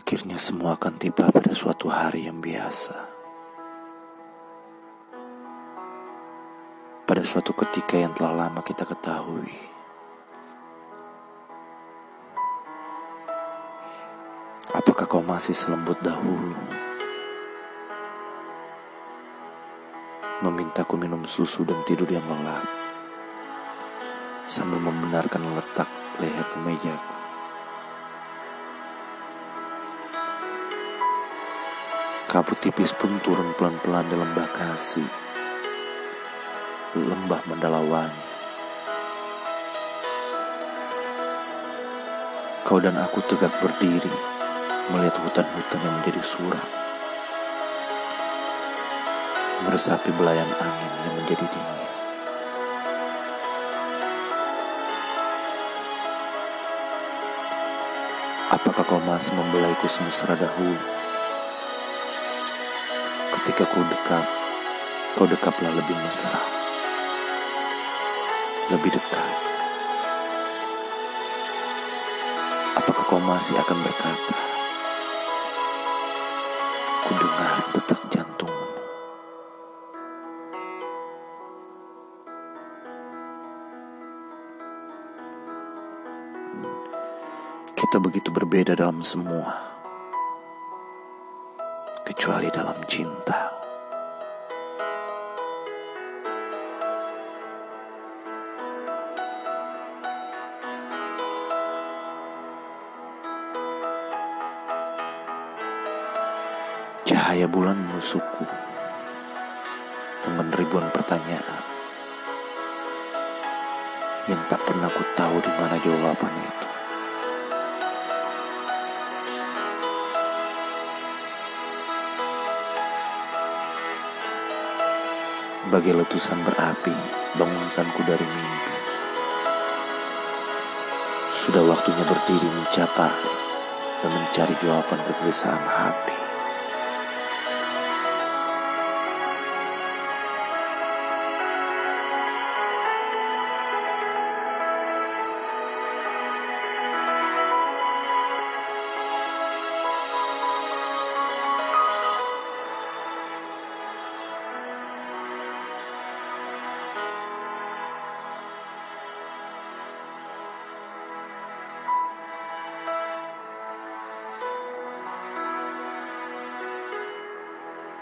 Akhirnya semua akan tiba pada suatu hari yang biasa. Pada suatu ketika yang telah lama kita ketahui. Apakah kau masih selembut dahulu? Memintaku minum susu dan tidur yang lelap, sambil membenarkan letak leher ke mejaku. Kabut tipis pun turun pelan-pelan di lembah kasih, lembah Mandalawangi. Kau dan aku tegak berdiri, melihat hutan-hutan yang menjadi suram, meresapi belayan angin yang menjadi dingin. Apakah kau masih membelaiku semesra dahulu? Ketika kau dekaplah lebih mesra, lebih dekat. Apakah kau masih akan berkata, ku dengar detak jantungmu. Kita begitu berbeda dalam semua, kecuali dalam cinta. Cahaya bulan menusukku dengan ribuan pertanyaan yang tak pernah ku tahu di mana jawaban itu. Bagai letusan berapi, bangunkanku dari mimpi. Sudah waktunya berdiri mencapai dan mencari jawaban kegelisahan hati.